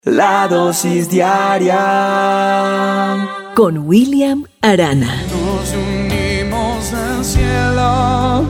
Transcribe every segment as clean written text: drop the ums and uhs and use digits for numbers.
La dosis diaria con William Arana. Nos unimos al cielo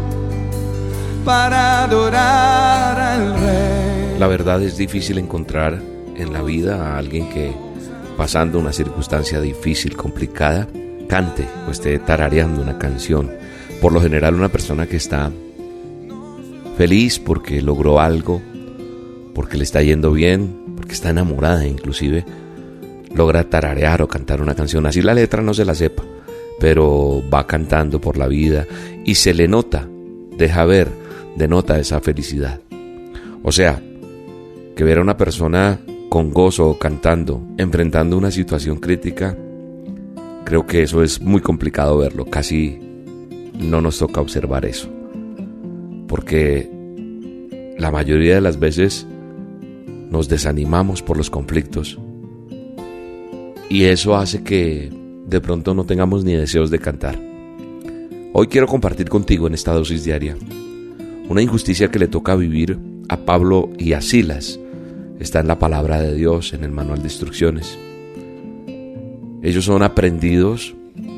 para adorar al Rey. La verdad es difícil encontrar en la vida a alguien que, pasando una circunstancia difícil, complicada, cante o esté tarareando una canción. Por lo general, una persona que está feliz porque logró algo, porque le está yendo bien, porque está enamorada inclusive, logra tararear o cantar una canción. Así la letra no se la sepa, pero va cantando por la vida y se le nota, deja ver, denota esa felicidad. O sea, que ver a una persona con gozo cantando, enfrentando una situación crítica, creo que eso es muy complicado verlo. Casi no nos toca observar eso, porque la mayoría de las veces nos desanimamos por los conflictos y eso hace que de pronto no tengamos ni deseos de cantar. Hoy quiero compartir contigo en esta dosis diaria una injusticia que le toca vivir a Pablo y a Silas. Está en la palabra de Dios, en el manual de instrucciones. Ellos son aprendidos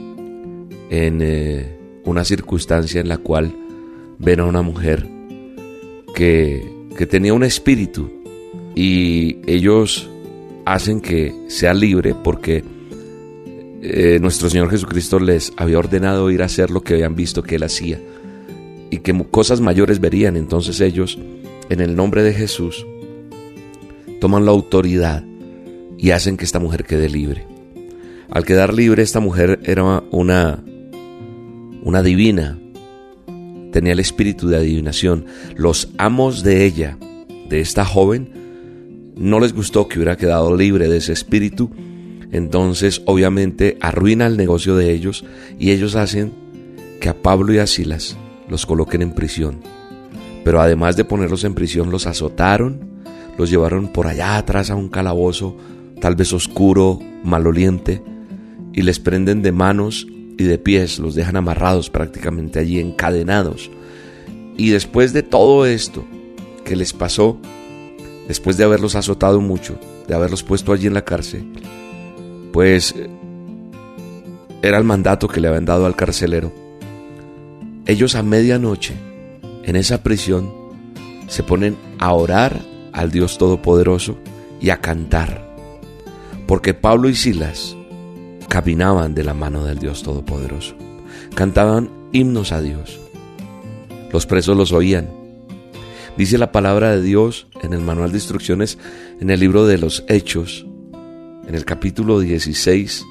en una circunstancia en la cual ven a una mujer que tenía un espíritu, y ellos hacen que sea libre porque nuestro Señor Jesucristo les había ordenado ir a hacer lo que habían visto que Él hacía y que cosas mayores verían. Entonces ellos, en el nombre de Jesús, toman la autoridad y hacen que esta mujer quede libre. Al quedar libre, esta mujer era una divina, tenía el espíritu de adivinación. Los amos de ella, de esta joven, no les gustó que hubiera quedado libre de ese espíritu. Entonces obviamente arruina el negocio de ellos y ellos hacen que a Pablo y a Silas los coloquen en prisión. Pero además de ponerlos en prisión, los azotaron, los llevaron por allá atrás a un calabozo, tal vez oscuro, maloliente, y les prenden de manos y de pies, los dejan amarrados prácticamente allí, encadenados. Y después de todo esto que les pasó, después de haberlos azotado mucho, de haberlos puesto allí en la cárcel, pues era el mandato que le habían dado al carcelero. Ellos a medianoche, en esa prisión, se ponen a orar al Dios Todopoderoso y a cantar, porque Pablo y Silas caminaban de la mano del Dios Todopoderoso, cantaban himnos a Dios. Los presos los oían. Dice la palabra de Dios en el manual de instrucciones, en el libro de los Hechos, en el capítulo 16,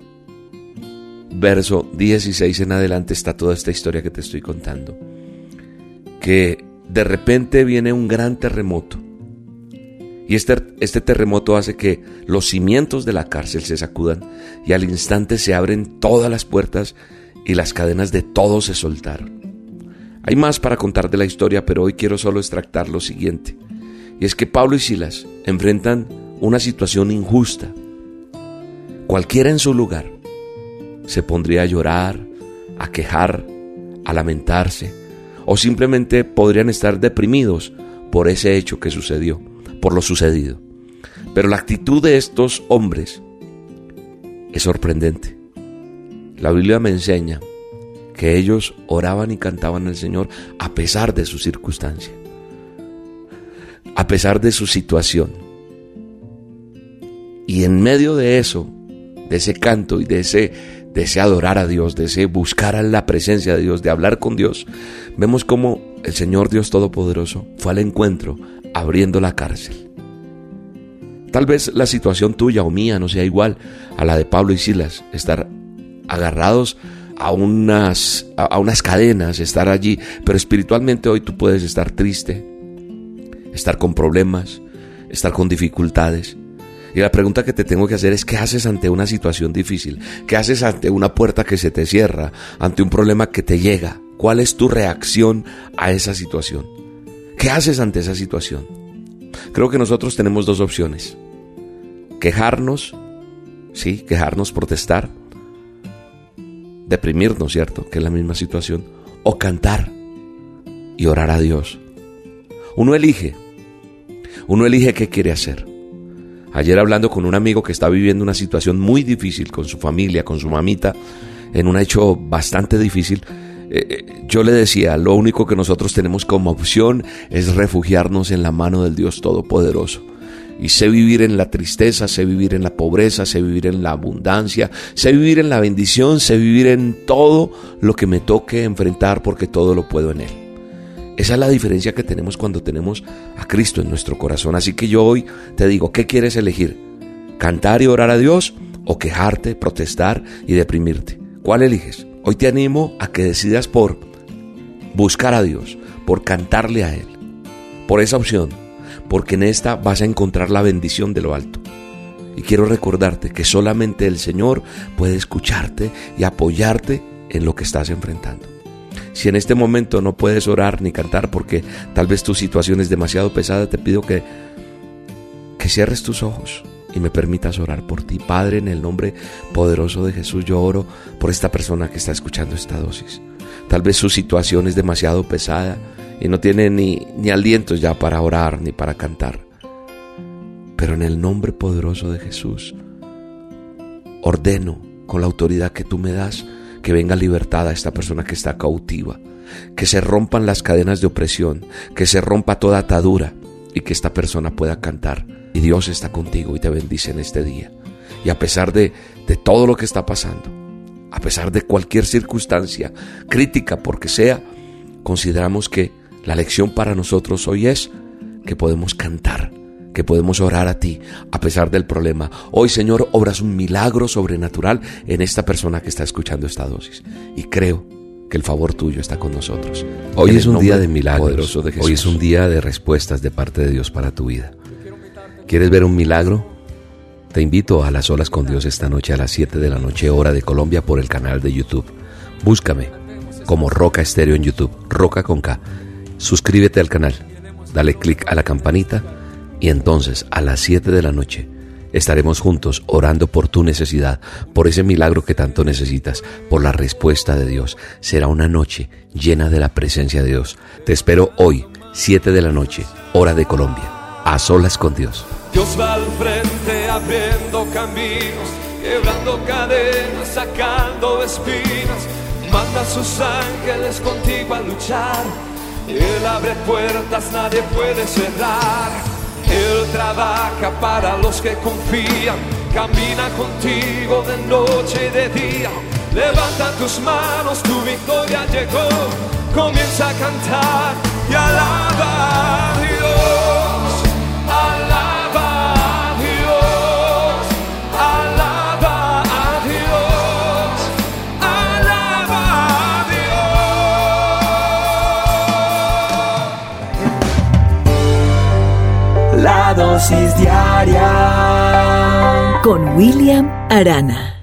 verso 16 en adelante, está toda esta historia que te estoy contando. Que de repente viene un gran terremoto. Y este terremoto hace que los cimientos de la cárcel se sacudan y al instante se abren todas las puertas y las cadenas de todos se soltaron. Hay más para contar de la historia, pero hoy quiero solo extractar lo siguiente. Y es que Pablo y Silas enfrentan una situación injusta. Cualquiera en su lugar se pondría a llorar, a quejar, a lamentarse, o simplemente podrían estar deprimidos por ese hecho que sucedió, por lo sucedido. Pero la actitud de estos hombres es sorprendente. La Biblia me enseña que ellos oraban y cantaban al Señor a pesar de su circunstancia, a pesar de su situación. Y en medio de eso, de ese canto y de ese adorar a Dios, de ese buscar a la presencia de Dios, de hablar con Dios, vemos cómo el Señor Dios Todopoderoso fue al encuentro, abriendo la cárcel. Tal vez la situación tuya o mía no sea igual a la de Pablo y Silas, estar agarrados a unas cadenas, estar allí, pero espiritualmente hoy tú puedes estar triste, estar con problemas, estar con dificultades. Y la pregunta que te tengo que hacer es: ¿qué haces ante una situación difícil? ¿Qué haces ante una puerta que se te cierra? ¿Ante un problema que te llega? ¿Cuál es tu reacción a esa situación? ¿Qué haces ante esa situación? Creo que nosotros tenemos dos opciones: quejarnos, sí, quejarnos, protestar, deprimirnos, ¿cierto?, que es la misma situación, o cantar y orar a Dios. Uno elige qué quiere hacer. Ayer hablando con un amigo que está viviendo una situación muy difícil con su familia, con su mamita, en un hecho bastante difícil, yo le decía, lo único que nosotros tenemos como opción es refugiarnos en la mano del Dios Todopoderoso. Y sé vivir en la tristeza, sé vivir en la pobreza, sé vivir en la abundancia, sé vivir en la bendición, sé vivir en todo lo que me toque enfrentar, porque todo lo puedo en Él. Esa es la diferencia que tenemos cuando tenemos a Cristo en nuestro corazón. Así que yo hoy te digo, ¿qué quieres elegir? ¿Cantar y orar a Dios o quejarte, protestar y deprimirte? ¿Cuál eliges? Hoy te animo a que decidas por buscar a Dios, por cantarle a Él, por esa opción, porque en esta vas a encontrar la bendición de lo alto. Y quiero recordarte que solamente el Señor puede escucharte y apoyarte en lo que estás enfrentando. Si en este momento no puedes orar ni cantar porque tal vez tu situación es demasiado pesada, te pido que cierres tus ojos y me permitas orar por ti. Padre, en el nombre poderoso de Jesús, yo oro por esta persona que está escuchando esta dosis. Tal vez su situación es demasiado pesada y no tiene ni alientos ya para orar ni para cantar. Pero en el nombre poderoso de Jesús, ordeno con la autoridad que tú me das que venga libertad a esta persona que está cautiva, que se rompan las cadenas de opresión, que se rompa toda atadura y que esta persona pueda cantar. Y Dios está contigo y te bendice en este día. Y a pesar de todo lo que está pasando, a pesar de cualquier circunstancia crítica porque sea, consideramos que la lección para nosotros hoy es que podemos cantar, que podemos orar a ti a pesar del problema. Hoy, Señor, obras un milagro sobrenatural en esta persona que está escuchando esta dosis. Y creo que el favor tuyo está con nosotros. Hoy es un día de milagros. Hoy es un día de respuestas de parte de Dios para tu vida. ¿Quieres ver un milagro? Te invito a las Solas con Dios esta noche a las 7 de la noche, hora de Colombia, por el canal de YouTube. Búscame como Roca Estéreo en YouTube, Roca con K. Suscríbete al canal, dale clic a la campanita y entonces a las 7 de la noche estaremos juntos orando por tu necesidad, por ese milagro que tanto necesitas, por la respuesta de Dios. Será una noche llena de la presencia de Dios. Te espero hoy, 7 de la noche, hora de Colombia, a solas con Dios. Dios va al frente abriendo caminos, quebrando cadenas, sacando espinas. Manda a sus ángeles contigo a luchar. Él abre puertas, nadie puede cerrar. Él trabaja para los que confían. Camina contigo de noche y de día. Levanta tus manos, tu victoria llegó. Comienza a cantar y alaba a Dios. Alaba a Dios. Alaba a Dios. Alaba a Dios. La dosis diaria con William Arana.